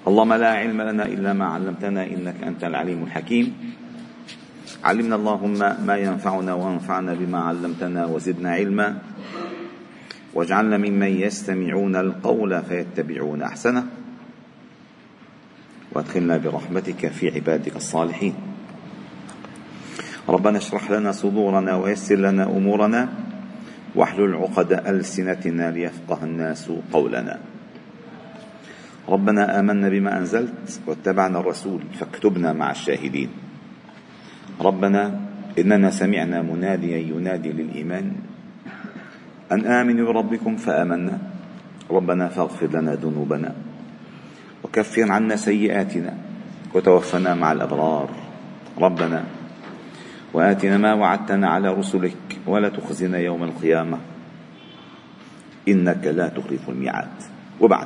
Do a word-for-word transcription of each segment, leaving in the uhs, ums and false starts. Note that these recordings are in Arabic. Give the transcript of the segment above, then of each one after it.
اللهم لا علم لنا إلا ما علمتنا إنك أنت العليم الحكيم. علمنا اللهم ما ينفعنا وانفعنا بما علمتنا وزدنا علما، واجعلنا ممن يستمعون القول فيتبعون أحسنه، وادخلنا برحمتك في عبادك الصالحين. ربنا اشرح لنا صدورنا ويسر لنا أمورنا واحلل عقد ألسنتنا ليفقه الناس قولنا. ربنا آمنا بما أنزلت واتبعنا الرسول فاكتبنا مع الشاهدين. ربنا إننا سمعنا مناديا ينادي للإيمان أن آمنوا بربكم فآمنا. ربنا فاغفر لنا ذنوبنا وكفر عنا سيئاتنا وتوفنا مع الأبرار. ربنا وآتنا ما وعدتنا على رسلك ولا تخزنا يوم القيامة إنك لا تخلف الميعاد. وبعد،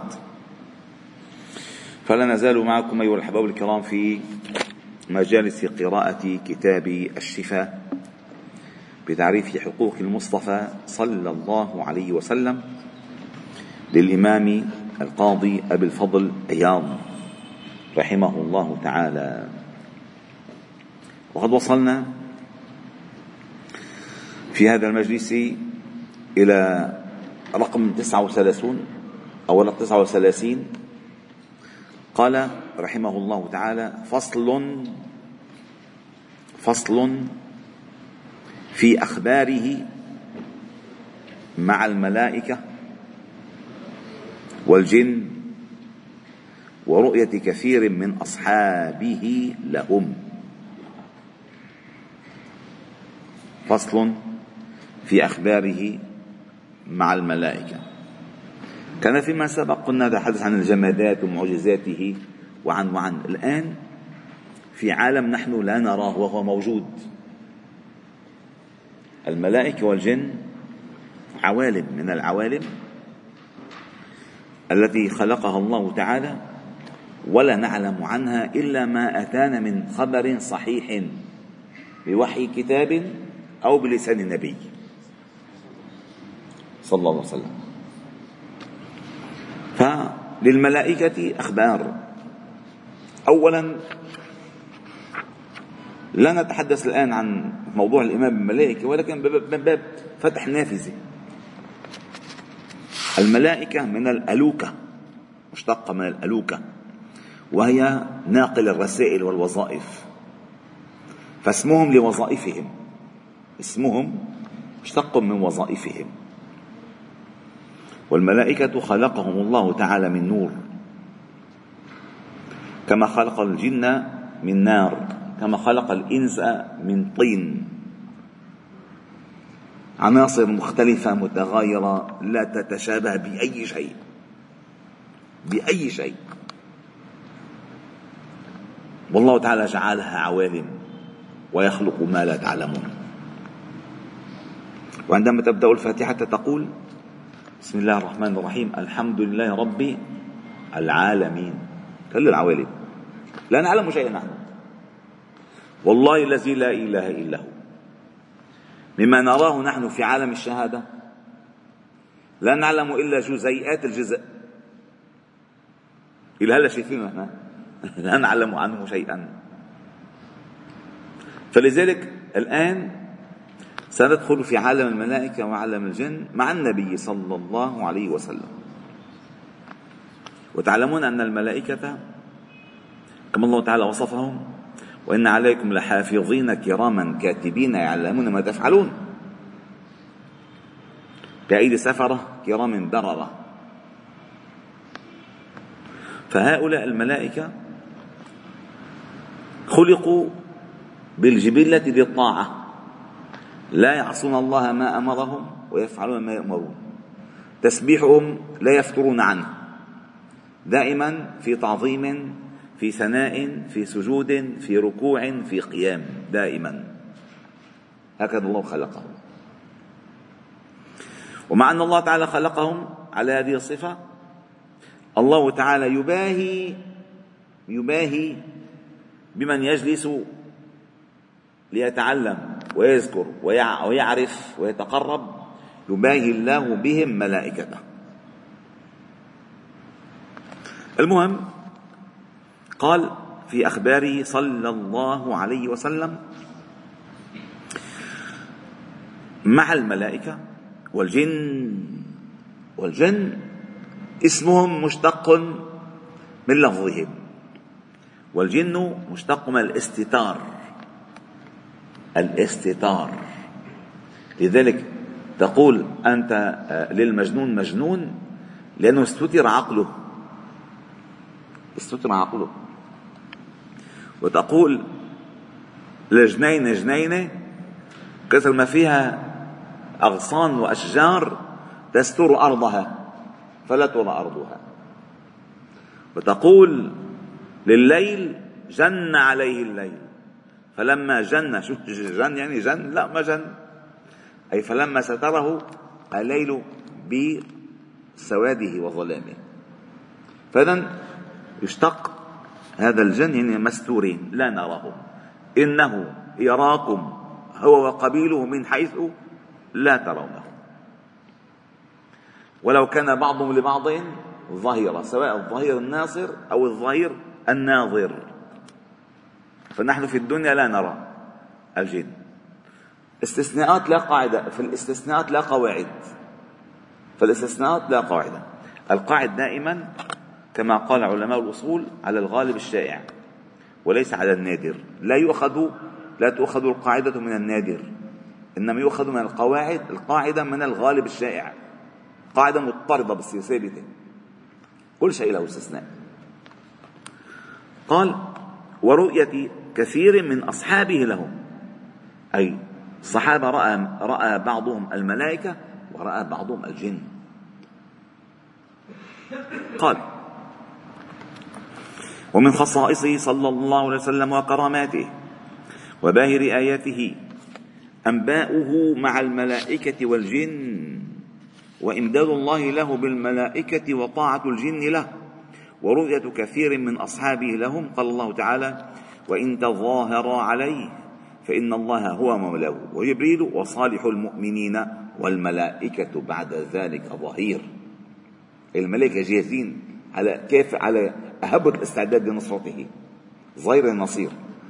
فلا نزال معكم أيها الأحباب الكرام في مجالس قراءة كتاب الشفاء بتعريف حقوق المصطفى صلى الله عليه وسلم للإمام القاضي أبي الفضل عياض رحمه الله تعالى. وقد وصلنا في هذا المجلس إلى رقم تسعة وثلاثين أو تسعة وثلاثين. قال رحمه الله تعالى: فصل فصل في أخباره مع الملائكة والجن ورؤية كثير من أصحابه لهم. فصل في أخباره مع الملائكة. كان فيما سبق قلنا نتحدث عن الجمادات ومعجزاته وعن وعن الآن في عالم نحن لا نراه وهو موجود. الملائكة والجن عوالم من العوالم التي خلقها الله تعالى، ولا نعلم عنها إلا ما أتانا من خبر صحيح بوحي كتاب أو بلسان النبي صلى الله عليه وسلم. فللملائكة أخبار. أولا، لا نتحدث الآن عن موضوع الإيمان بالملائكة، ولكن من باب فتح نافذة. الملائكة من الألوكة، مشتقة من الألوكة، وهي ناقل الرسائل والوظائف، فاسمهم لوظائفهم، اسمهم مشتق من وظائفهم. والملائكة خلقهم الله تعالى من نور، كما خلق الجن من نار، كما خلق الإنس من طين. عناصر مختلفة متغايرة لا تتشابه بأي شيء بأي شيء والله تعالى جعلها عوالم ويخلق ما لا تعلمون. وعندما تبدأ الفاتحة تقول: بسم الله الرحمن الرحيم الحمد لله رب العالمين. كل العوالم لا نعلم شيئا نحن، والله الذي لا إله إلا هو. مما نراه نحن في عالم الشهادة لا نعلم إلا جزيئات الجزء. إلى هلا شايفينه نحن لا نعلم عنه شيئا. فلذلك الآن سندخل في عالم الملائكة وعالم الجن مع النبي صلى الله عليه وسلم. وتعلمون أن الملائكة كما الله تعالى وصفهم: وإن عليكم لحافظين كراما كاتبين يعلمون ما تفعلون، بأيدي سفرة كرام بررة. فهؤلاء الملائكة خلقوا بالجبلة للطاعة، لا يعصون الله ما أمرهم ويفعلون ما يؤمرون. تسبيحهم لا يفترون عنه، دائما في تعظيم، في ثناء، في سجود، في ركوع، في قيام، دائما. هكذا الله خلقهم. ومع أن الله تعالى خلقهم على هذه الصفة، الله تعالى يباهي يباهي بمن يجلس ليتعلم ويذكر ويعرف ويتقرب، يباهي الله بهم ملائكته. المهم قال في أخباره صلى الله عليه وسلم: مع الملائكة والجن. والجن اسمهم مشتق من لفظهم، والجن مشتق من الاستتار. الاستتار، لذلك تقول أنت للمجنون مجنون لأنه استتر عقله، استتر عقله. وتقول للجنينة جنينة كثر ما فيها أغصان وأشجار تستر أرضها فلا ترى أرضها. وتقول لليل جن عليه الليل فلما جن، شو جن يعني؟ جن لا ما جن، أي فلما ستره الليل بسواده وظلامه. فإذن يشتق هذا الجن يعني مستورين لا نراهم، إنه يراكم هو وقبيله من حيث لا ترونه، ولو كان بعضهم لبعض ظهيرا، سواء الظهير الناصر أو الظهير الناظر. فنحن في الدنيا لا نرى الجن. استثناءات لا قاعدة، في الاستثناءات لا قواعد، فالاستثناءات لا قاعدة. القاعد دائما كما قال علماء الأصول على الغالب الشائع وليس على النادر. لا يؤخذ لا تؤخذ القاعدة من النادر، إنما يؤخذ من القواعد القاعدة من الغالب الشائع. قاعدة مضطردة بس ثابتة، كل شيء له استثناء. قال: ورؤية كثير من أصحابه لهم، أي الصحابة رأى, رأى بعضهم الملائكة ورأى بعضهم الجن. قال: ومن خصائصه صلى الله عليه وسلم وكراماته وباهر آياته أنباؤه مع الملائكة والجن، وإمداد الله له بالملائكة وطاعة الجن له، ورؤية كثير من أصحابه لهم. قال الله تعالى: وإن تظاهرا عليه فإن الله هو مولاه وجبريل وصالح المؤمنين والملائكة بعد ذلك ظهير. الملائكة جاهزين على كيف على أهب الاستعداد لنصرته، ظهير النصير.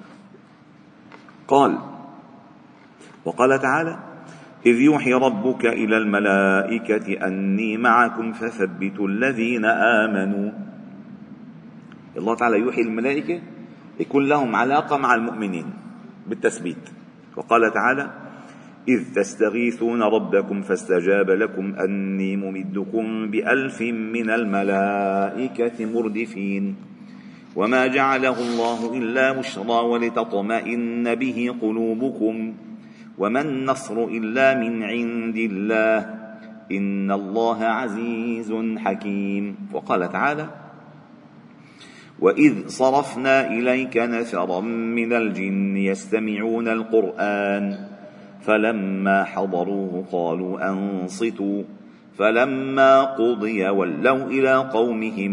قال: وقال تعالى: إذ يوحي ربك إلى الملائكة أني معكم فثبتوا الذين آمنوا. الله تعالى يوحي الملائكة يكون لهم علاقة مع المؤمنين بالتثبيت. وقال تعالى: إذ تستغيثون ربكم فاستجاب لكم أني ممدكم بألف من الملائكة مردفين وما جعله الله إلا بشرى ولتطمئن به قلوبكم وما النصر إلا من عند الله إن الله عزيز حكيم. وقال تعالى: وإذ صرفنا إليك نفرا من الجن يستمعون القرآن فلما حضروه قالوا أنصتوا فلما قضي ولوا إلى قومهم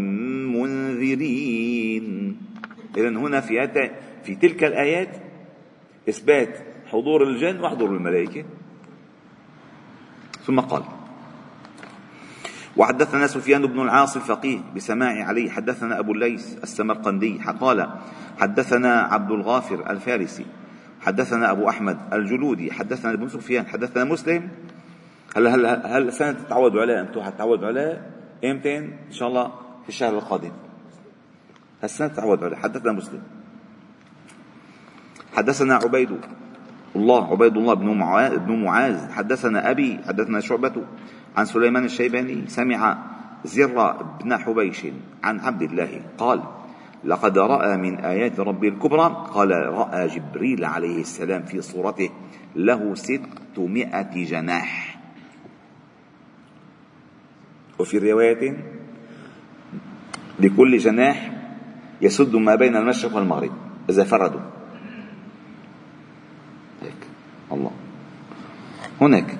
منذرين. إذن هنا في, في تلك الآيات إثبات حضور الجن وحضور الملائكة. ثم قال: وحدثنا سفيان بن العاص الفقيه بسماع علي حدثنا أبو الليث السمرقندي قال: حدثنا عبد الغافر الفارسي حدثنا أبو أحمد الجلودي حدثنا ابن سفيان حدثنا مسلم. هل هل هل سنة تتعودوا عليها أنتم؟ حتتعودوا عليها إمتى؟ إن شاء الله في الشهر القادم. هالسنة تتعودوا عليها. حدثنا مسلم حدثنا عبيد الله عبيد الله بن معاذ بن معاذ حدثنا أبي حدثنا شعبة عن سليمان الشيباني سمع زر بن حبيش عن عبد الله قال: لقد رأى من آيات ربي الكبرى. قال: رأى جبريل عليه السلام في صورته له ستمائة جناح. وفي رواية: لكل جناح يسد ما بين المشرق والمغرب إذا فردوا. هيك الله هناك.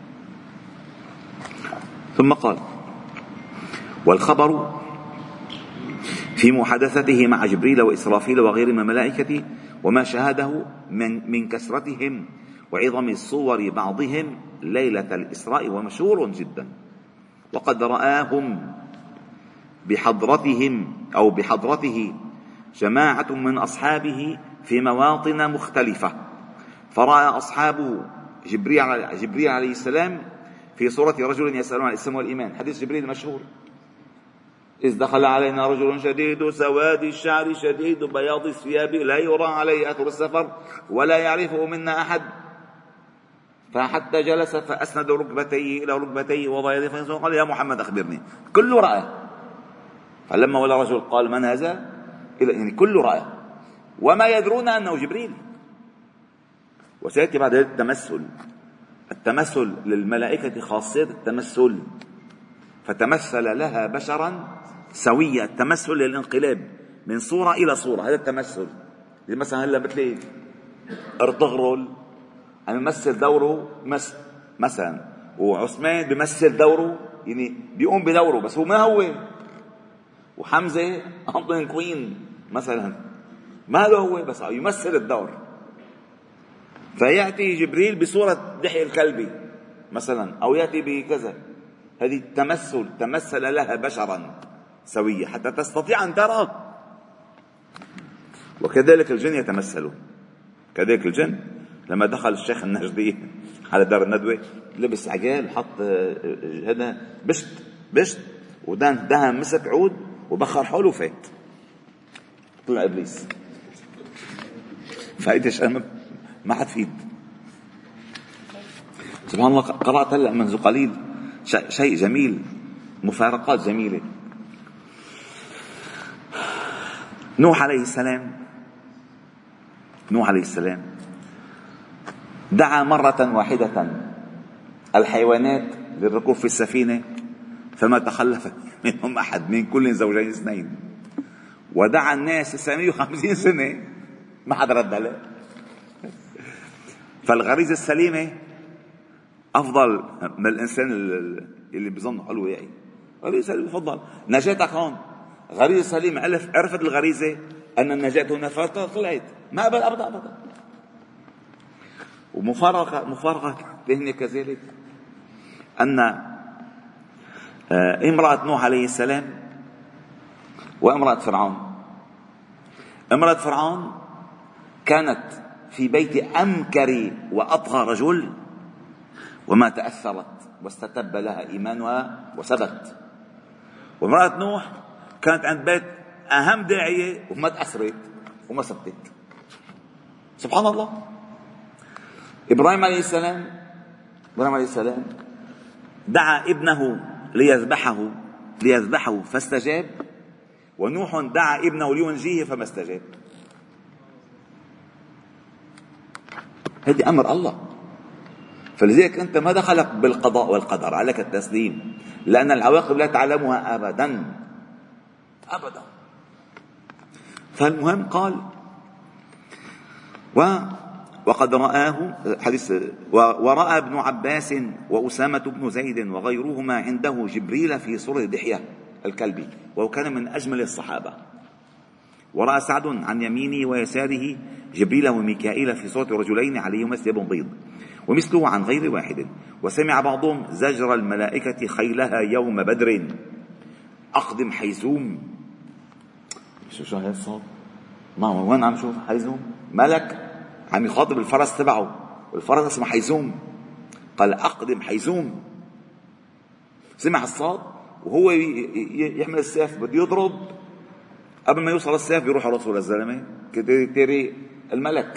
ثم قال: والخبر في محادثته مع جبريل وإسرافيل وغير من الملائكة وما شاهده من, من كثرتهم وعظم صور بعضهم ليلة الإسراء ومشهور جدا. وقد رآهم بحضرتهم أو بحضرته جماعة من أصحابه في مواطن مختلفة، فرأى أصحابه جبريل, جبريل عليه السلام في صورة رجل يسألون عن الإسلام والإيمان، حديث جبريل المشهور: إذ دخل علينا رجل شديد سواد الشعر شديد بياض الثياب لا يرى عليه أثر السفر ولا يعرفه منا أحد، فحتى جلس فأسند ركبتيه إلى ركبتيه وضع يديه فينزل قال: يا محمد أخبرني. كله رأى. فلما ولى رجل قال: من هذا؟ يعني كله رأى، وما يدرون أنه جبريل. وسيأتي بعد ذلك التمثل. التمثل للملائكة خاصية التمثل، فتمثل لها بشرا سويا. التمثل للانقلاب من صورة إلى صورة، هذا التمثل. مثلا هلا مثل ارطغرل عم يمثل دوره مثلا، وعثمان بيمثل دوره، يعني بيقوم بدوره بس هو ما هو، وحمزة أنطون كوين مثلا ما هو بس يمثل الدور. فيأتي جبريل بصورة دحية الكلبي مثلا، أو يأتي بكذا. هذه التمثل، تمثل لها بشرا سوية حتى تستطيع أن ترى. وكذلك الجن يتمثلوا. كذلك الجن لما دخل الشيخ النجدي على دار الندوة لبس عجال، حط هذا بشت بشت ودان دهن مسك عود وبخر حوله وفات، طلع إبليس. فايدش ما حتفيد. سبحان الله. قرأت هلأ منذ قليل شيء جميل، مفارقات جميلة. نوح عليه السلام نوح عليه السلام دعا مرة واحدة الحيوانات للركوب في السفينة فما تخلف منهم أحد، من كل زوجين اثنين. ودعا الناس السامية خمسين سنة ما حد رد عليه. فالغريزة السليمة أفضل من الإنسان اللي بيظن حلو. يعني غريزة سليمة أفضل. نجاتك هون غريزة سليمة، عرفت الغريزة أن النجاة هنا فطلعت ما أبدا أبدا أبدا. ومفارقة مفارقة ذهنية كذلك أن امرأة نوح عليه السلام وامرأة فرعون. امرأة فرعون كانت في بيت أمكر وأطغى رجل وما تأثرت واستتب لها إيمانها وثبت. وامرأة نوح كانت عند بيت أهم داعية وما تأثرت وما ثبتت. سبحان الله. إبراهيم عليه السلام إبراهيم عليه السلام دعا ابنه ليذبحه ليذبحه فاستجاب، ونوح دعا ابنه لينجيه فما استجاب. هذه أمر الله. فلذلك أنت ما دخلك بالقضاء والقدر، عليك التسليم، لأن العواقب لا تعلمها أبدا أبدا. فالمهم قال: و وقد رآه حديث ورأى ابن عباس وأسامة بن زيد وغيرهما عنده جبريل في صورة دحية الكلبي، وهو كان من أجمل الصحابة. ورأى سعد عن يمينه ويساره جبريل وميكائيل في صورة رجلين عليهما ثياب بيض ومثله عن غير واحد. وسمع بعضهم زجر الملائكة خيلها يوم بدر أقدم حيزوم. شو شو هذا الصوت؟ ما وين عم شوف حيزوم؟ ملك عم يخاطب الفرس تبعه، والفرس اسمه حيزوم. قال: أقدم حيزوم. سمع الصوت وهو يحمل السيف بده يضرب، قبل ما يوصل السيف بيروح رسول الزلمة كتيري الملك.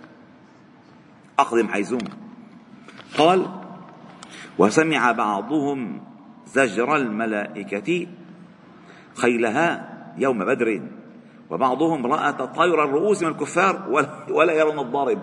أقدم حيزوم. قال: وسمع بعضهم زجر الملائكة خيلها يوم بدر وبعضهم رأى تطاير الرؤوس من الكفار ولا يرون الضارب.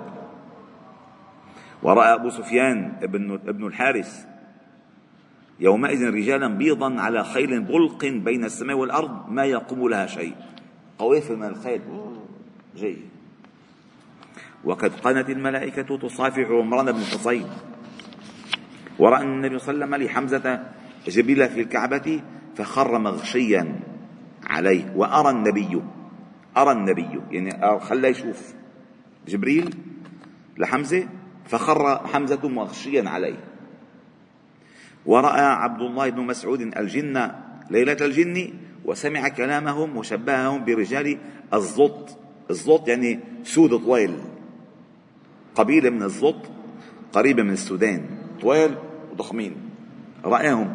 ورأى أبو سفيان ابن, ابن الحارث يومئذ رجالا بيضا على خيل بلق بين السماء والأرض ما يقوم لها شيء، قوافل من الخيل جاي. وقد قنت الملائكة تصافح عمران بن حصين. ورأى النبي صلى الله عليه وسلم لحمزة جبريل في الكعبة فخر مغشيا عليه. وأرى النبي أرى النبي يعني خلاه يشوف جبريل لحمزة فخر حمزة مغشيا عليه. ورأى عبد الله بن مسعود الجن ليلة الجن وسمع كلامهم وشبههم برجال الزط. الزط يعني سود طويل، قبيلة من الزط قريبة من السودان، طويل وضخمين. رأيهم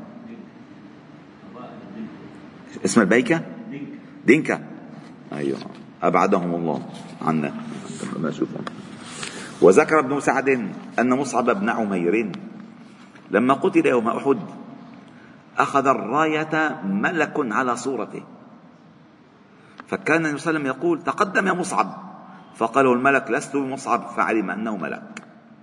اسم البيكة دينكا. أيوة أبعدهم الله عنا ما نشوفهم. وذكر ابن سعد أن مصعب بن عمير لما قتل يوم أحد أخذ الراية ملك على صورته، فكان النبي صلى الله عليه وسلم يقول تقدم يا مصعب، فقال الملك لست بمصعب، فعلم أنه ملك.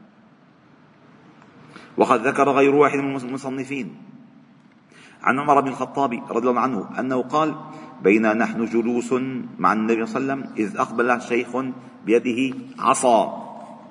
وقد ذكر غير واحد من المصنفين عن عمر بن الخطاب رضي الله عنه أنه قال بينا نحن جلوس مع النبي صلى الله عليه وسلم إذ أقبل شيخ بيده عصا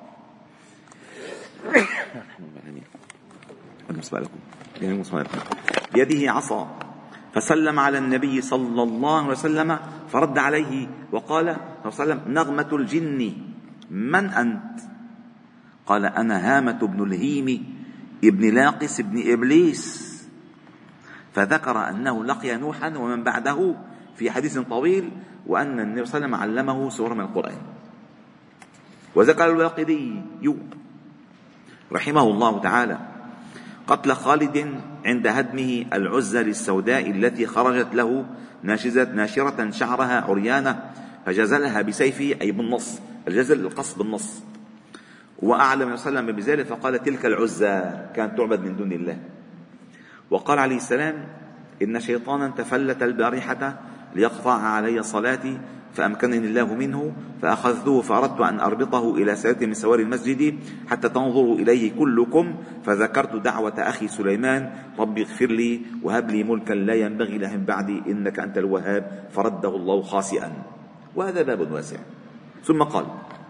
بيده عصا فسلم على النبي صلى الله عليه وسلم فرد عليه وقال صلى الله عليه وسلم نغمة الجن من أنت؟ قال أنا هامة بن الهيم ابن لاقس ابن إبليس. فذكر أنه لقي نوحا ومن بعده في حديث طويل، وأن النبي صلى الله عليه وسلم علمه سورة من القرآن. وذكر الواقدي رحمه الله تعالى قتل خالد عند هدمه العزة للسوداء التي خرجت له ناشزة ناشرة شعرها عريانة فجزلها بسيفه أي بالنص، الجزل القص بالنص. وأعلم النبي صلى الله عليه وسلم بذلك فقال تلك العزة كانت تعبد من دون الله. وقال عليه السلام إن شيطانا تفلت البارحة ليقطع علي صلاتي فأمكنني الله منه فأخذته فأردت أن أربطه إلى سارية من سوار المسجد حتى تنظروا إليه كلكم، فذكرت دعوة أخي سليمان رب اغفر لي وهب لي ملكا لا ينبغي له من بعدي إنك أنت الوهاب، فرده الله خاسئا. وهذا باب واسع. ثم قال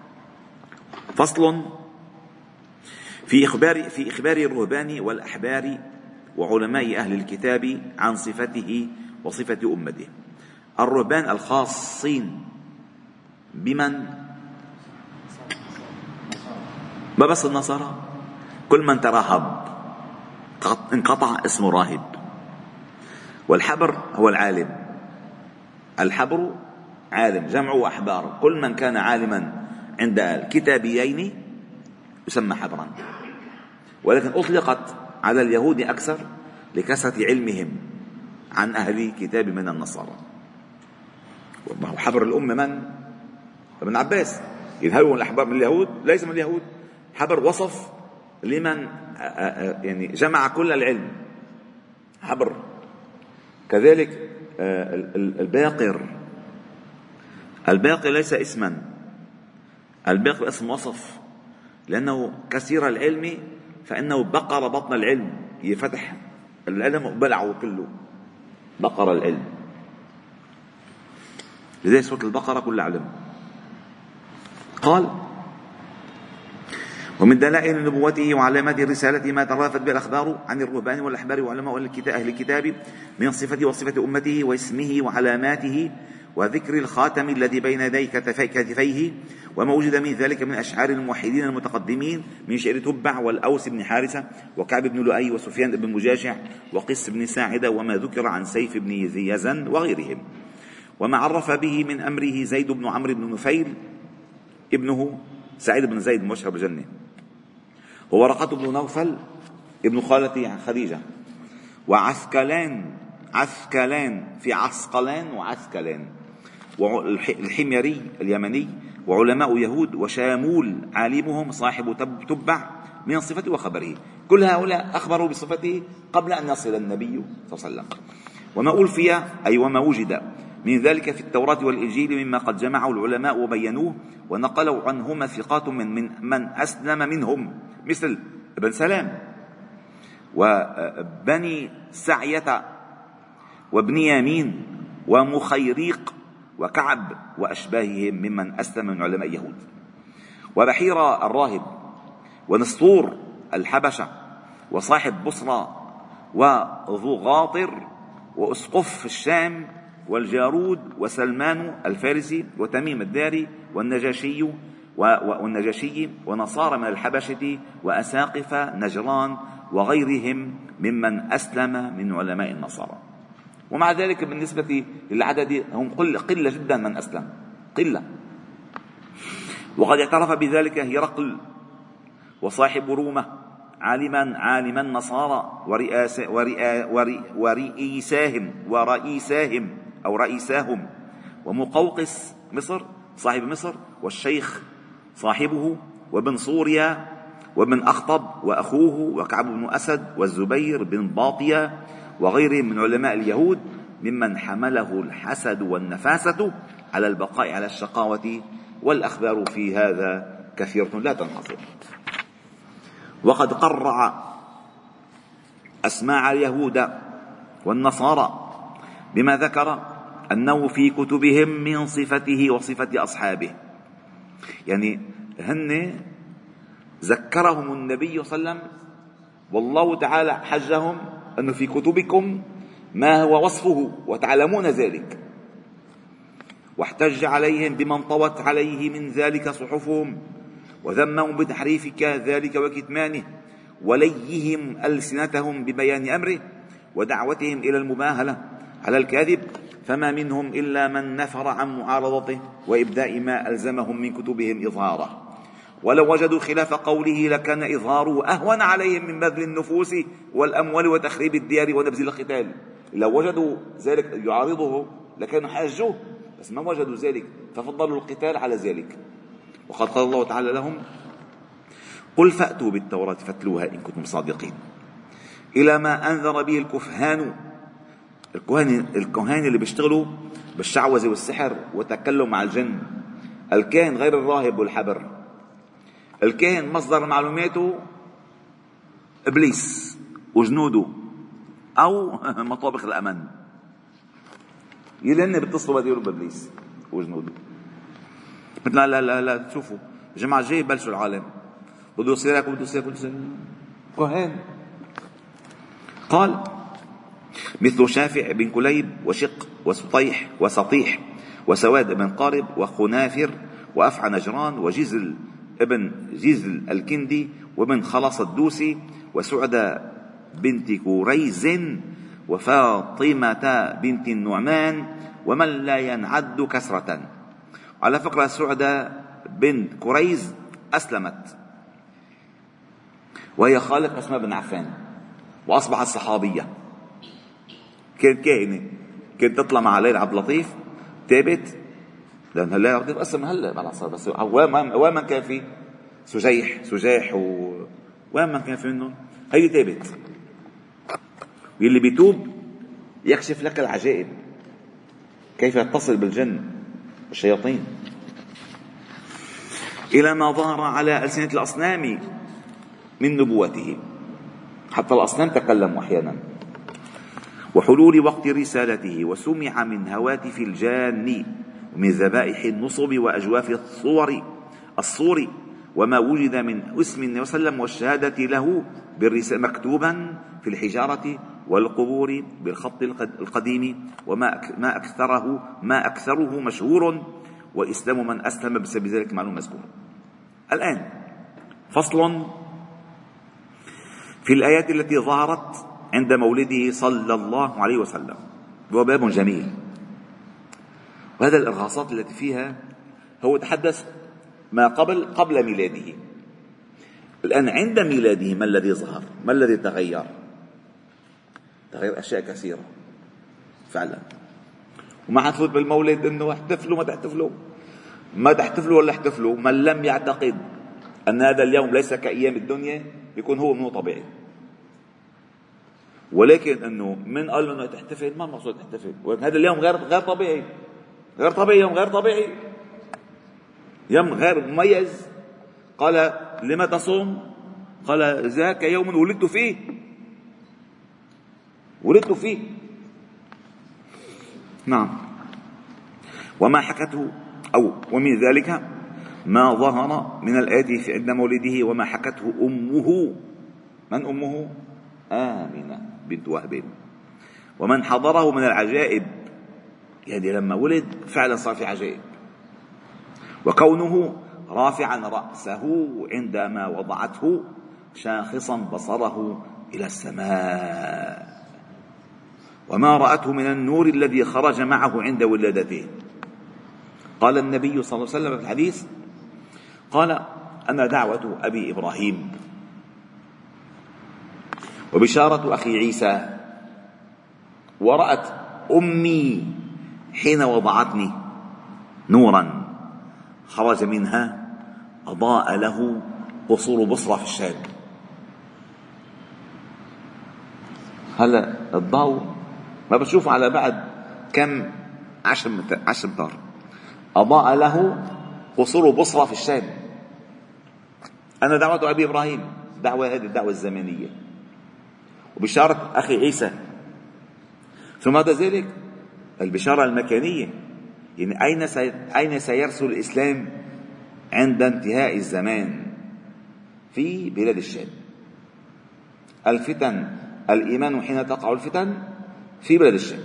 فصل في إخبار, في إخبار الرهبان والأحبار وعلماء أهل الكتاب عن صفته وصفة أمته. الرهبان الخاصين بمن؟ ما بس النصارى، كل من تراهب انقطع اسمه راهب. والحبر هو العالم، الحبر عالم جمع أحبار، كل من كان عالما عند الكتابيين يسمى حبرا، ولكن أطلقت على اليهود أكثر لكثرة علمهم عن أهل الكتاب من النصارى. حبر الأمة من؟ ابن عباس. هل هو الأحبار من اليهود؟ ليس من اليهود. حبر وصف لمن يعني جمع كل العلم، حبر. كذلك الباقر، الباقر ليس اسما، الباقر اسم وصف، لأنه كثير العلم فإنه بقر بطن العلم، يفتح العلم وبلعه كله، بقر العلم. لذلك سورة البقرة كل علم. قال ومن دلائل نبوته وعلامات رسالته ما ترافت بالأخبار عن الرهبان والأحبار وعلماء أهل الكتاب من صفته وصفة أمته واسمه وعلاماته، وذكر الخاتم الذي بين يدي كتفيه، وما وجد من ذلك من أشعار الموحدين المتقدمين من شعر تبع والأوس بن حارثة وكعب بن لؤي وسفيان بن مجاشع وقس بن ساعدة، وما ذكر عن سيف بن ذي يزن وغيرهم. وما عرف به من أمره زيد بن عمرو بن نفيل ابنه سعيد بن زيد مشهر بالجنة، وورقة بن نوفل ابن خالة خديجة، وعسكلان، عسكلان في عسقلان وعسكلان، والحميري اليمني، وعلماء يهود، وشامول عالمهم صاحب تبع من صفته وخبره. كل هؤلاء أخبروا بصفته قبل أن يصل النبي صلى الله عليه وسلم. وما ألفي أي وما وجد من ذلك في التوراة والإنجيل مما قد جمعه العلماء وبينوه ونقلوا عنهما ثقات من, من من أسلم منهم مثل ابن سلام وبني سعية وابن يامين ومخيريق وكعب وأشباههم ممن أسلم من علماء يهود، وبحيرة الراهب، ونسطور الحبشة، وصاحب بصرى، وذو غاطر، وأسقف الشام، والجارود، وسلمان الفارسي، وتميم الداري، والنجاشي والنجاشي ونصارى من الحبشة، وأساقفة نجران، وغيرهم ممن أسلم من علماء النصارى. ومع ذلك بالنسبة للعدد هم قلة جدا من أسلم، قلة. وقد اعترف بذلك هرقل وصاحب رومة عالما عالم النصارى ورئاس ورئا ورئيساهم ورئيساهم أو رئيساهم، ومقوقس مصر صاحب مصر، والشيخ صاحبه، وابن سوريا، وابن أخطب وأخوه، وكعب بن أسد، والزبير بن باطية، وغيرهم من علماء اليهود ممن حمله الحسد والنفاسة على البقاء على الشقاوة. والأخبار في هذا كثيرة لا تنحصر. وقد قرع أسماع اليهود والنصارى بما ذكر أنه في كتبهم من صفته وصفة أصحابه، يعني هن ذكرهم النبي صلى الله عليه وسلم والله تعالى حجهم أنه في كتبكم ما هو وصفه وتعلمون ذلك، واحتج عليهم بمن طوت عليه من ذلك صحفهم، وذمهم بتحريف ذلك وكتمانه، وليهم ألسنتهم ببيان أمره، ودعوتهم إلى المباهلة على الكاذب، فما منهم إلا من نفر عن معارضته وإبداء ما ألزمهم من كتبهم إظهاره. ولو وجدوا خلاف قوله لكان إظهاره أهون عليهم من بذل النفوس والأموال وتخريب الديار ونبذ القتال. لو وجدوا ذلك يعارضه لكانوا حاجوه، بس ما وجدوا ذلك ففضلوا القتال على ذلك. وقد قال الله تعالى لهم: قل فأتوا بالتوراة فاتلوها إن كنتم صادقين، إلى ما أنذر به الكهان الكهان الكهان اللي بيشتغلوا بالشعوذة والسحر وتكلم مع الجن. الكاهن غير الراهب والحبر، الكاهن مصدر معلوماته إبليس وجنوده أو مطابخ الأمن، يلن بيتصلوا بديروا بإبليس وجنوده. مثل لا لا لا تشوفوا جماعة جاي بلشوا العالم بده يصير هيك بده يصير كهان. قال: مثل شافع بن كليب وشق وسطيح وسطيح وسواد بن قارب وخنافر وأفعى نجران وجزل ابن جزل الكندي وابن خلص الدوسي وسعدة بنت كوريز وفاطمة بنت النعمان ومن لا ينعد كسرة. على فكرة سعدة بنت كوريز أسلمت وهي خالق أسماء بن عفان وأصبحت صحابية، كانت كاهنة، كانت تطلع مع ليلى عبد اللطيف تابت، لأن ليلى عبد اللطيف أسلم هلا بعد العصر، بس وين من كان في سجيح سجاح و وين من كان في منهم هي تابت. واللي بيتوب يكشف لك العجائب كيف يتصل بالجن والشياطين، إلى ما ظهر على ألسنة الأصنام من نبوته، حتى الأصنام تكلموا أحيانا، وحلول وقت رسالته، وسمع من هواتف الجان ومن ذبائح النصب وأجواف الصور الصور وما وجد من اسم النبي صلى الله عليه وسلم والشهادة له بالرسالة مكتوبا في الحجارة والقبور بالخط القديم، وما ما أكثره ما أكثره مشهور، وإسلام من أسلم بسبب ذلك معلوم مذكور. الآن فصل في الآيات التي ظهرت عند مولده صلى الله عليه وسلم، وهو باب جميل. وهذا الإرهاصات التي فيها هو تحدث ما قبل قبل ميلاده. الآن عند ميلاده ما الذي ظهر؟ ما الذي تغير؟ تغير أشياء كثيرة فعلا. وما حتفوت بالمولد إنه احتفلوا ما تحتفلوا ما تحتفلوا ولا احتفلوا، من لم يعتقد أن هذا اليوم ليس كأيام الدنيا يكون هو منه طبيعي. ولكن انه من قال انه تحتفل ما المقصود تحتفل، هذا اليوم غير غير طبيعي، غير طبيعي يوم غير طبيعي، يوم غير مميز. قال: لما تصوم؟ قال: ذاك يوم ولدت فيه ولدت فيه نعم. وما حكته أو ومن ذلك ما ظهر من الآيات في عند مولده وما حكته أمه. من أمه؟ آمنة بنت وهب. ومن حضره من العجائب، يعني لما ولد فعلا صار في عجائب. وكونه رافعا رأسه عندما وضعته شاخصا بصره إلى السماء، وما رأته من النور الذي خرج معه عند ولادته. قال النبي صلى الله عليه وسلم في الحديث، قال: أنا دعوة أبي إبراهيم وبشارة أخي عيسى، ورأت أمي حين وضعتني نورا خرج منها أضاء له قصور بصرى في الشام. هلا الضوء ما بتشوفه على بعد كم عشر عشر امتار، أضاء له قصور بصرى في الشام. أنا دعوة أبي إبراهيم، دعوة هذه الدعوة الزمنية، وبشارة أخي عيسى. ثم بعد ذلك البشارة المكانية، يعني أين أين سيرسل الإسلام عند انتهاء الزمان؟ في بلاد الشام. الفتن، الإيمان حين تقع الفتن في بلاد الشام.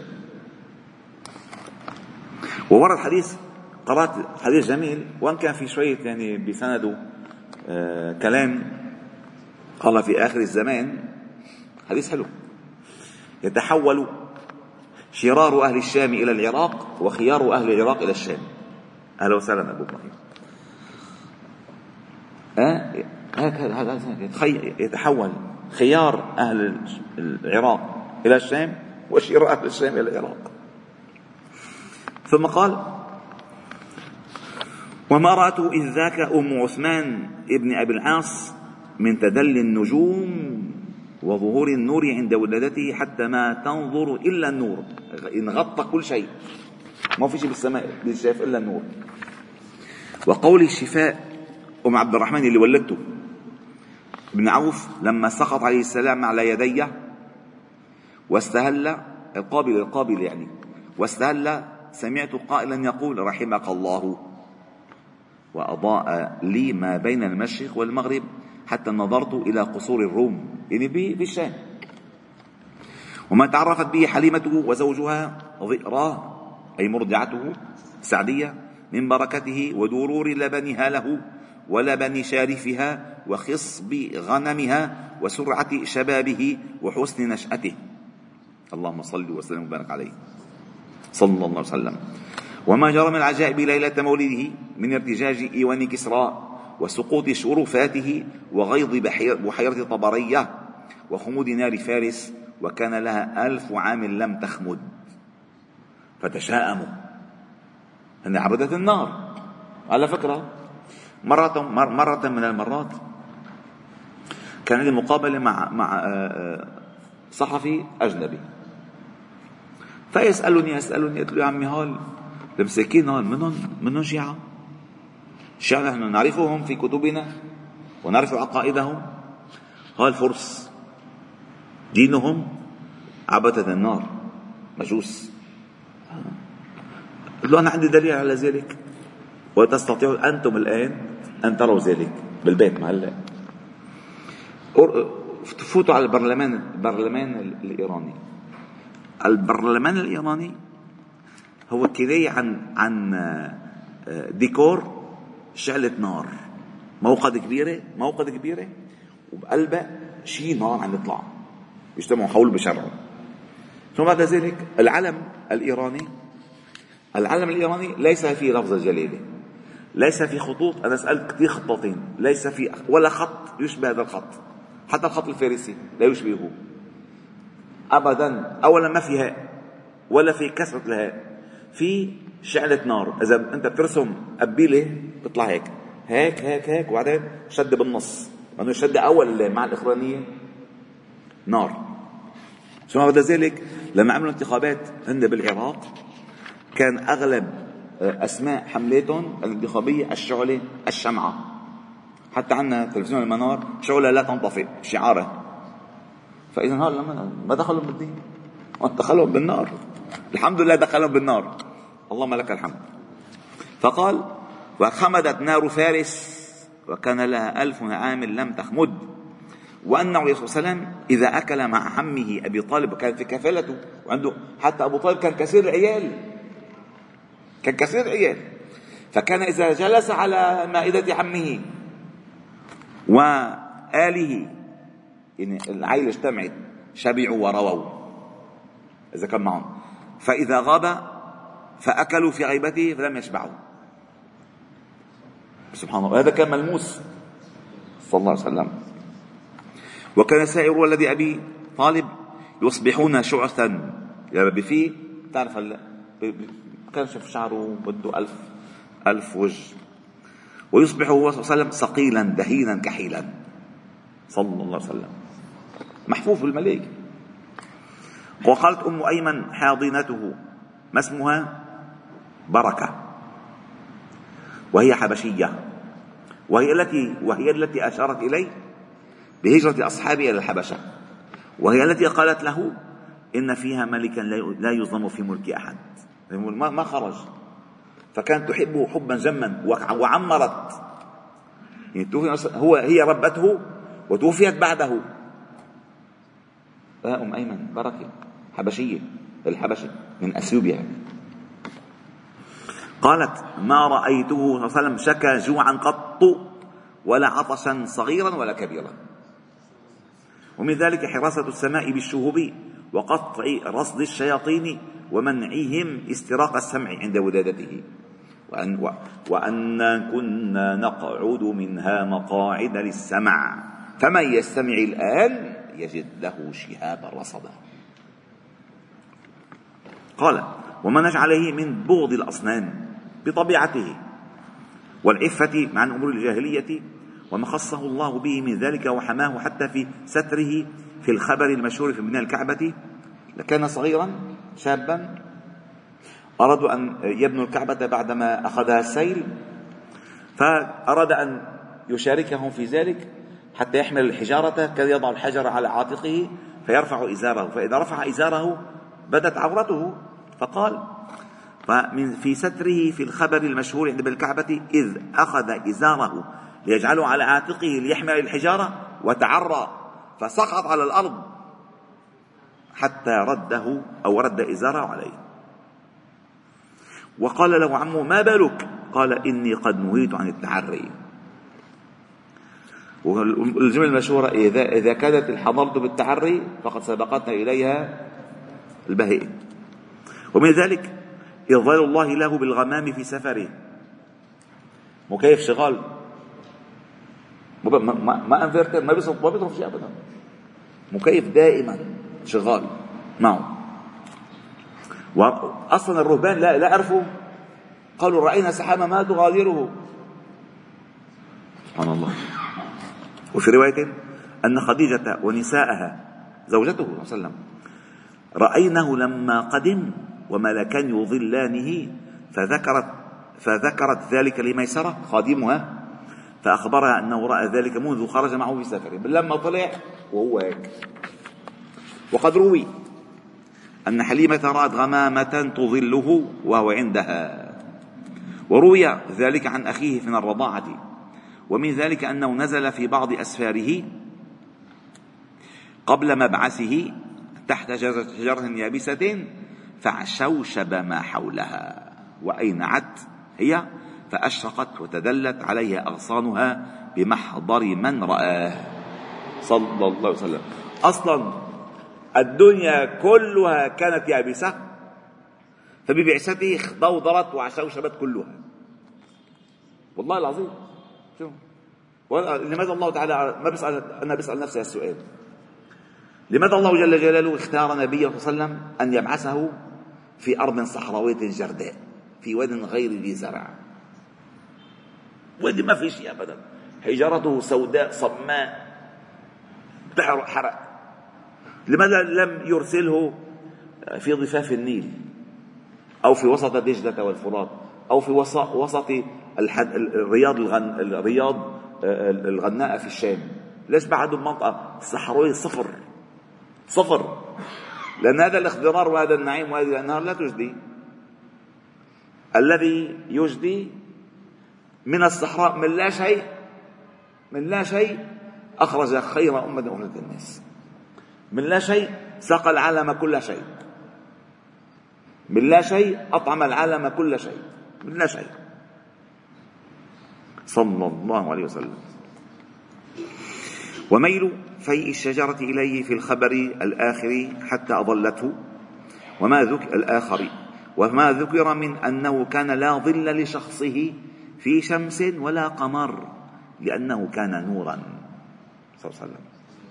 وورد حديث، قرأت حديث جميل وان كان في شوية يعني بسنده آه كلام، قال في آخر الزمان حديث حلو: يتحول شرار أهل الشام إلى العراق وخيار أهل العراق إلى الشام. أهلا وسهلا أبو إبراهيم. هذا يتحول خيار أهل العراق إلى الشام وشرار أهل الشام إلى العراق. ثم قال: وما رأته إذ ذاك أم عثمان ابن أبي العاص من تدلي النجوم وظهور النور عند ولادته حتى ما تنظر إلا النور، انغطى كل شيء، ما في شيء بالسماء شايف إلا النور. وقول الشفاء أم عبد الرحمن اللي ولدته ابن عوف لما سقط عليه السلام على يديه واستهل القابل القابل يعني واستهل، سمعت قائلا يقول: رحمك الله، وأضاء لي ما بين المشرق والمغرب حتى نظرت إلى قصور الروم، يعني في الشام. وما تعرفت به حليمته وزوجها ضئراه أي مرضعته سعدية من بركته ودرور لبنها له ولبن شارفها وخصب غنمها وسرعة شبابه وحسن نشأته. اللهم صل وسلم وبارك عليه صلى الله عليه وسلم. وما جرى من العجائب ليلة مولده من ارتجاج إيوان كسرى وسقوط شرفاته وغيض بحيرة طبرية وخمود نار فارس، وكان لها ألف عام لم تخمد. فتشاءموا، هن عبدة النار. على فكرة مرة, مرة من المرات كان عندي مقابلة مع مع صحفي أجنبي، فيسألني يسألني قلت له: يا عمي هول المساكين هول منهم منهم شيعة، الشيعة نحن نعرفهم في كتبنا ونعرف عقائدهم، هول فرس دينهم عبدة النار مجوس. قلت له: أنا عندي دليل على ذلك وتستطيعوا أنتم الآن أن تروا ذلك بالبيت معلق. فوتوا على البرلمان البرلمان الإيراني. البرلمان الإيراني هو كده عن عن ديكور شعلة نار، موقد كبيرة موقد كبيرة وبقلبها شيء نار عم يطلع، يجتمعوا حول بشرعه. ثم بعد ذلك العلم الإيراني العلم الإيراني ليس فيه لفظ الجلالة، ليس في خطوط. أنا سألت كثير خطاطين، ليس في ولا خط يشبه هذا الخط، حتى الخط الفارسي لا يشبهه أبدا. أولا ما في هاء ولا في كسرة الهاء، في شعلة نار. إذا أنت بترسم قبيلة بتطلع هيك هيك هيك هيك وبعدين شد بالنص، لأنه شد أول مع الإخرانية نار. ثم بعد ذلك لما عملوا انتخابات هند بالعراق كان أغلب أسماء حملاتهم الانتخابية الشعلة الشمعة، حتى عندنا تلفزيون المنار شعلة لا تنطفئ شعاره. فإذا هؤلاء ما دخلوا بالدين ودخلهم بالنار، الحمد لله دخلهم بالنار، اللهم لك الحمد. فقال: وخمدت نار فارس وكان لها ألف عام لم تخمد. وأنه عليه الصلاة والسلام إذا أكل مع عمه أبي طالب كان في كفالته، وعنده حتى أبو طالب كان كثير العيال كان كثير عيال فكان إذا جلس على مائدة عمه وآله، يعني العائلة اجتمعت شبعوا ورووا، إذا كان معهم، فإذا غاب فأكلوا في غيبته فلم يشبعوا. سبحان الله، هذا كان ملموس صلى الله عليه وسلم. وكان سائر ولد أبي طالب يصبحون شعثا، يعني بفيه تعرف هلا كرشف شعره بده ألف ألف وجه، ويصبح هو صلى الله عليه وسلم صقيلا دهينا كحيلا صلى الله عليه وسلم، محفوف بالملائكة. وقالت أم أيمن حاضنته ما اسمها؟ بركة، وهي حبشية، وهي التي وهي التي أشارت إليه بهجرة أصحابه إلى الحبشة، وهي التي قالت له إن فيها ملكا لا يظلم في ملك أحد، ما خرج، فكانت تحبه حبا جما وعمرت، يعني هو هي ربته وتوفيت بعده. أم أيمن بركة حبشية، الحبشة من أثيوبيا. قالت ما رأيته صلى الله عليه وسلم شكى جوعا قط ولا عطشا صغيرا ولا كبيرا. ومن ذلك حراسة السماء بالشهب وقطع رصد الشياطين ومنعهم استراق السمع عند ولادته، وأن, وأن كنا نقعد منها مقاعد للسمع فمن يستمع الآن يجد له شهابا رصدا. قال وما نجعله من بغض الأصنام بطبيعته والعفة عن أمور الجاهلية، وما خصه الله به من ذلك وحماه حتى في ستره في الخبر المشهور في بناء الكعبة. كان صغيرا شابا أرادوا أن يبنوا الكعبة بعدما أخذها السيل، فأراد أن يشاركهم في ذلك حتى يحمل الحجارة، كان يضع الحجر على عاتقه فيرفع إزاره، فإذا رفع إزاره بدت عورته، فقال فمن في ستره في الخبر المشهور عند بالكعبة إذ أخذ إزاره ليجعله على عاتقه ليحمل الحجارة وتعرى فسقط على الأرض حتى رده أو رد إزاره عليه. وقال له عمه ما بالك؟ قال إني قد نهيت عن التعري. والجملة المشهورة إذا, إذا كانت الحضارة بالتعري فقد سبقتنا إليها البهائم. ومن ذلك إظلال الله له بالغمام في سفره، مكيف شغال ما ما ما انفرتر ما بيصرف ما بيصرف شيء ابدا، مكيف دائما شغال معه. واصلا الرهبان لا لا عرفوا، قالوا راينا سحابا ما تغادره. سبحان الله. وفي روايه ان خديجه ونساءها زوجته صلى الله عليه وسلم راينه لما قدم وملكان يظلانه، فذكرت فذكرت ذلك لميسره خادمها فأخبرها أنه رأى ذلك منذ خرج معه في سفره، لما طلع وهو هيك. وقد روي أن حليمة رأت غمامة تظله وهو عندها، وروي ذلك عن أخيه من الرضاعة. ومن ذلك أنه نزل في بعض أسفاره قبل مبعثه تحت شجرة يابسة فعشوشب ما حولها وأينعت هي فأشرقت وتدلت عليها أغصانها بمحضر من رآه صلى الله عليه وسلم. أصلا الدنيا كلها كانت يابسة، فببعثته ضوضرت وعشوشبت كلها. والله العظيم شو لماذا الله تعالى ما بيسأل؟ أنا بسأل نفسي السؤال، لماذا الله جل جلاله اختار نبيه صلى الله عليه وسلم أن يبعثه في أرض صحراوية جرداء في واد غير ذي زرع، وادي ما في شيء أبدا، حجارته سوداء صماء بحر حرق؟ لماذا لم يرسله في ضفاف النيل أو في وسط دجلة والفرات أو في وسط الرياض الغن... الرياض الغناء في الشام؟ ليش بعده منطقة صحراوية صفر صفر؟ لأن هذا الاخضرار وهذا النعيم وهذه الأنهار لا تجدي. الذي يجدي من الصحراء من لا شيء من لا شيء أخرج خير أمة أخرجت الناس، من لا شيء سقى العالم كل شيء، من لا شيء أطعم العالم كل شيء، من لا شيء صلى الله عليه وسلم. وميل فيء الشجرة إليه في الخبر الآخر حتى أضلته، وما ذكر الآخر وما ذكر من أنه كان لا ظل لشخصه في شمس ولا قمر لأنه كان نورا صلى الله عليه وسلم،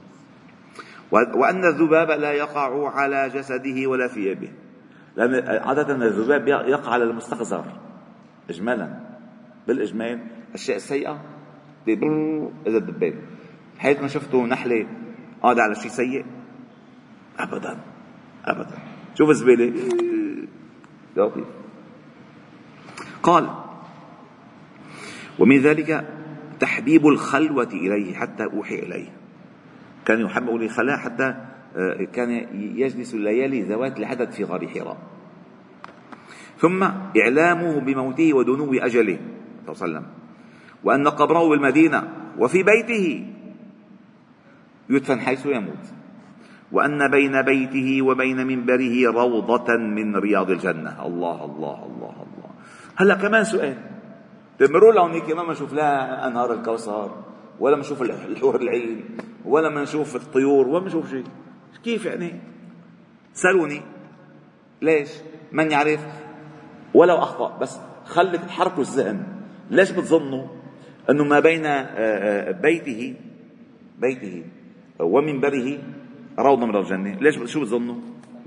وأن الذباب لا يقع على جسده ولا ثيابه، لأن عادة الذباب يقع على المستقذر إجمالا، بالإجمال الأشياء السيئة إذا الدباب، حيث ما شفتوا نحلة قاعدة على شيء سيء أبدا أبدا، شوف الزبالة لطيف. قال ومن ذلك تحبيب الخلوة إليه حتى أوحي إليه، كان يحب إليه خلاء حتى كان يجلس الليالي ذوات العدد في غار حراء. ثم إعلامه بموته ودنو أجله صلى الله عليه وسلم، وأن قبره بالمدينة وفي بيته يدفن حيث يموت، وأن بين بيته وبين منبره روضة من رياض الجنة. الله الله الله الله. هلا كمان سؤال، تمروا لهونيك ما نشوف لا أنهار الكوثر ولا نشوف الحور العين ولا نشوف الطيور ولا نشوف شيء، كيف يعني؟ سألوني ليش؟ من يعرف؟ ولو أخطأ بس خلي تحركوا الذهن. ليش بتظنوا أنه ما بين بيته بيته ومنبره روضة من الجنة؟ ليش؟ شو بتظنوا؟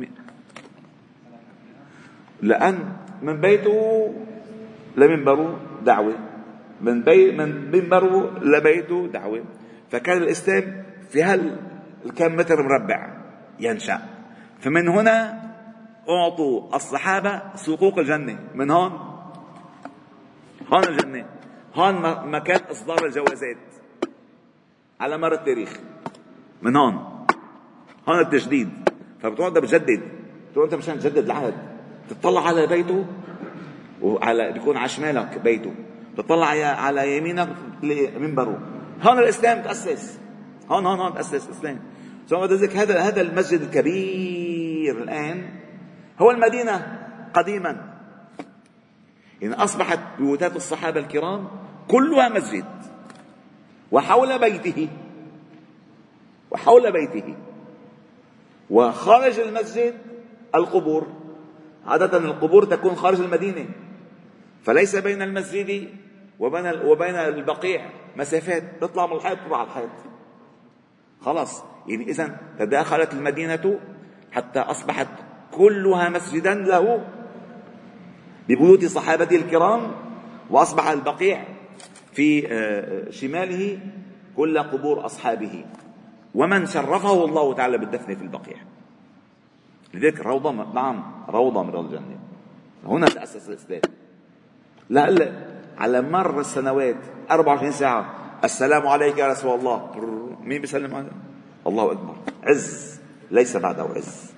لأن من بيته لمنبره دعوة، من بي من منبره لبيته دعوة، فكان الإسلام في هال الكم متر مربع ينشأ. فمن هنا أعطوا الصحابة صكوك الجنة، من هون هون الجنة، هون مكان إصدار الجوازات على مر التاريخ، من هون هون التجديد. فبتقعد بتجدد، بتقعد أنت مشان تجدد العهد، تطلع على بيته وعلى بيكون على شمالك بيته، تطلع على يمينك منبره، هون الإسلام تأسس، هون هون هون تأسس الإسلام. هذا هذا المسجد الكبير الآن هو المدينة قديما، إن أصبحت بيوتات الصحابة الكرام كلها مسجد، وحول بيته وحول بيته وخارج المسجد القبور. عادة القبور تكون خارج المدينة، فليس بين المسجد وبين وبين البقيع مسافات، تطلع من الحيط تطلع على الحيط خلاص. يعني إذن تداخلت المدينة حتى أصبحت كلها مسجدا له ببيوت صحابته الكرام، وأصبح البقيع في شماله كل قبور أصحابه، ومن شرفه الله تعالى بالدفن في البقيع. لذلك روضة، نعم روضة من الجنة. هنا تأسس الإسلام. لهلا على مر السنوات أربعة وعشرين ساعة السلام عليك يا رسول الله، مين بيسلم عليه؟ الله أكبر، عز ليس بعده عز.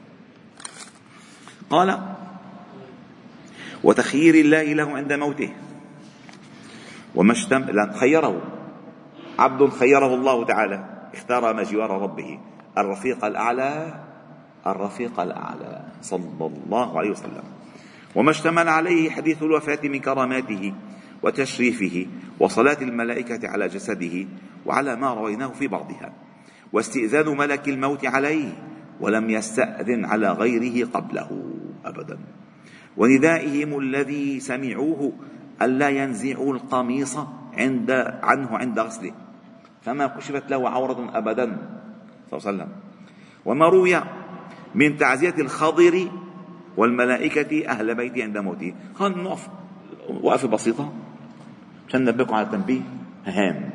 قال وتخيير الله له عند موته، وما اشتمل خيره عبد خيره الله تعالى، اختار ما جوار ربه الرفيق الأعلى الرفيق الأعلى صلى الله عليه وسلم، وما اشتمل عليه حديث الوفاة من كراماته وتشريفه وصلاة الملائكة على جسده وعلى ما رويناه في بعضها، واستئذان ملك الموت عليه ولم يستأذن على غيره قبله أبدا، وندائهم الذي سمعوه ألا ينزعوا القميص عند عنه عند غسله فما كشفت له عورة أبدا صلى الله عليه وسلم، وما روي من تعزية الخضر والملائكة أهل بيته عند موته. خلينا نقف وقفة بسيطة عشان ننبهكم على التنبيه هام.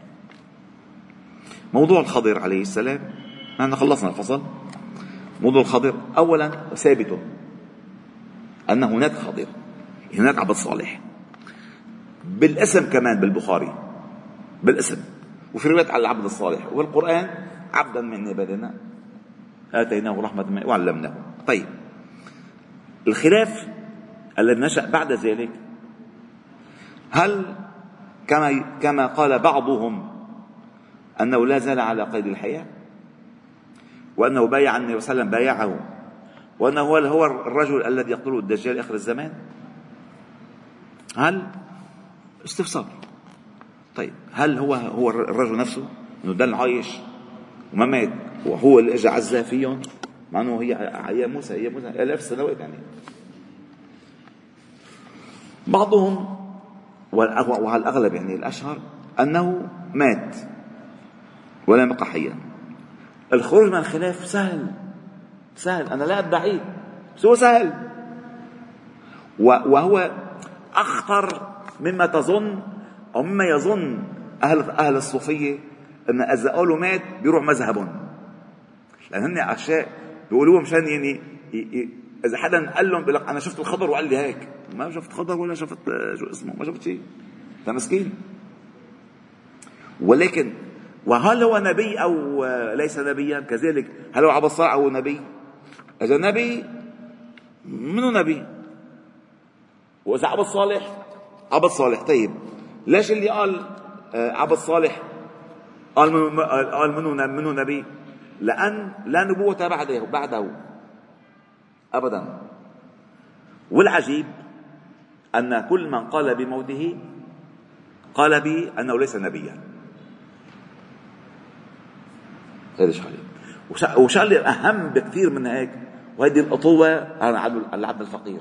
موضوع الخضر عليه السلام، نحن خلصنا الفصل. موضوع الخضر أولا ثابت أن هناك خضر، هناك عبد صالح بالاسم كمان بالبخاري بالاسم، وفي رواية على العبد الصالح، والقرآن عبدا من عبادنا آتيناه رحمة وعلمناه. طيب الخلاف الذي نشأ بعد ذلك، هل كما كما قال بعضهم أنه لا زال على قيد الحياة، وأنه بايع النبي صلى الله عليه وسلم بايعه، وأنه هو الرجل الذي يقتله الدجال آخر الزمان؟ هل استفسار. طيب هل هو هو الرجل نفسه انه دل عايش وما مات وهو اللي اجى عزاه فيهم؟ مع أنه هي هي موسى هي موسى آلاف السنوات يعني. بعضهم وعلى الأغلب يعني الأشهر أنه مات ولا بقى حيا. الخروج من الخلاف سهل سهل، أنا لا أدعيه، بس هو سهل، وهو أخطر مما تظن أو مما يظن أهل أهل الصوفية، أن إذا قالوا مات بيروح مذهبهم، لأن هن أشياء بيقولوها مشان يعني إذا حدا قال لهم بيقول لك أنا شفت الخضر وقال لي هيك، ما شفت خضر ولا شفت شو اسمه، ما شفت شيء، أنت مسكين. ولكن وهل هو نبي أو ليس نبيا؟ كذلك هل هو عبد الصالح أو نبي؟ إذا نبي منو نبي؟ وإذا عبد صالح عبد صالح، طيب ليش اللي قال عبد صالح قال منو قال منو منو نبي؟ لأن لا نبوة بعده بعده أبدا. والعجيب أن كل من قال بموته قال به أنه ليس نبيا. هذا شغله، وشغله أهم بكثير من هيك، وهذه الأطوة على العبد الفقير.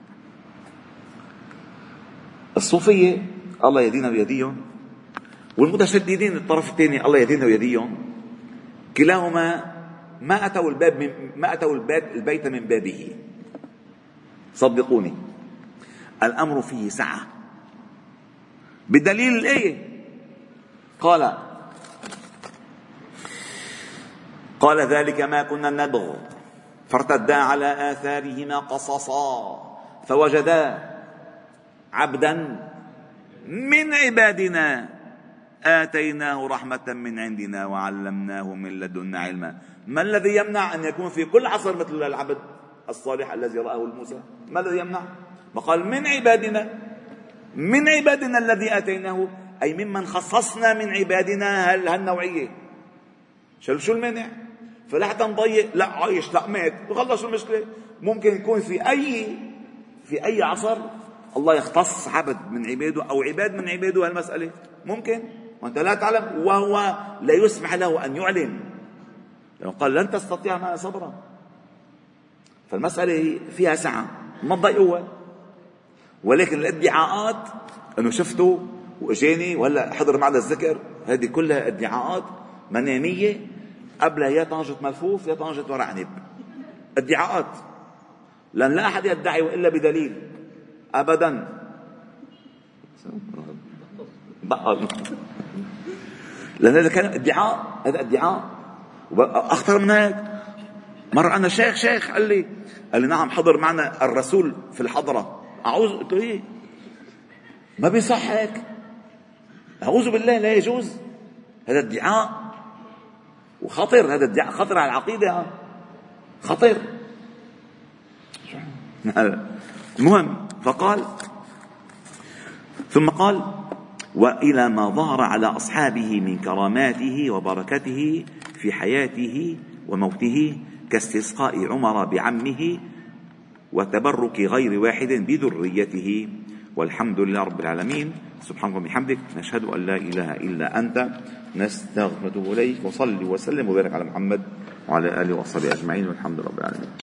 الصوفية الله يهدينا ويهديهم، والمتشددين الطرف الثاني الله يهدينا ويهديهم، كلاهما ما أتوا الباب من ما أتوا الباب البيت من بابه. صدقوني الأمر فيه سعة، بدليل الآية قال قال ذلك ما كنا نبغ فارتدا على آثارهما قصصا فوجدا عبدا من عبادنا آتيناه رحمة من عندنا وعلمناه من لدنا علما. ما الذي يمنع أن يكون في كل عصر مثل العبد الصالح الذي رآه الموسى؟ ما الذي يمنع؟ وقال من عبادنا، من عبادنا الذي آتيناه، أي ممن خصصنا من عبادنا هالنوعية. شو المانع؟ فلا حتى نضيق، لا عايش لا مات وخلص المشكلة. ممكن يكون في أي في أي عصر الله يختص عبد من عباده أو عباد من عباده هالمسألة، ممكن وأنت لا تعلم، وهو لا يسمح له أن يعلن، لأنه قال لن تستطيع معي صبرا. فالمسألة فيها سعة، ما تضيقوها. ولكن الادعاءات أنه شفته وإجاني وهلا حضر معنا الذكر، هذه كلها ادعاءات منامية، قبلها يا طنجة ملفوف يا طنجة ورق عنب، ادعاءات، لأن لا أحد يدعي إلا بدليل أبدا. لأن هذا كان ادعاء، هذا ادعاء. أخطر من هيك، مرة أنا شيخ شيخ قال لي قال لي نعم حضر معنا الرسول في الحضرة. أعوذ، قلت له إيه؟ ما بيصح هيك، أعوذ بالله، لا يجوز، هذا ادعاء وخطر، هذا ادعاء خطر على العقيدة، خطر. المهم فقال ثم قال وإلى ما ظهر على أصحابه من كراماته وبركته في حياته وموته كاستسقاء عمر بعمه وتبرك غير واحد بذريته. والحمد لله رب العالمين. سبحانك وبحمدك، نشهد أن لا إله إلا أنت، نستغفرك إليك. وصلي وسلم وبارك على محمد وعلى آله وصحبه أجمعين، والحمد لله رب العالمين.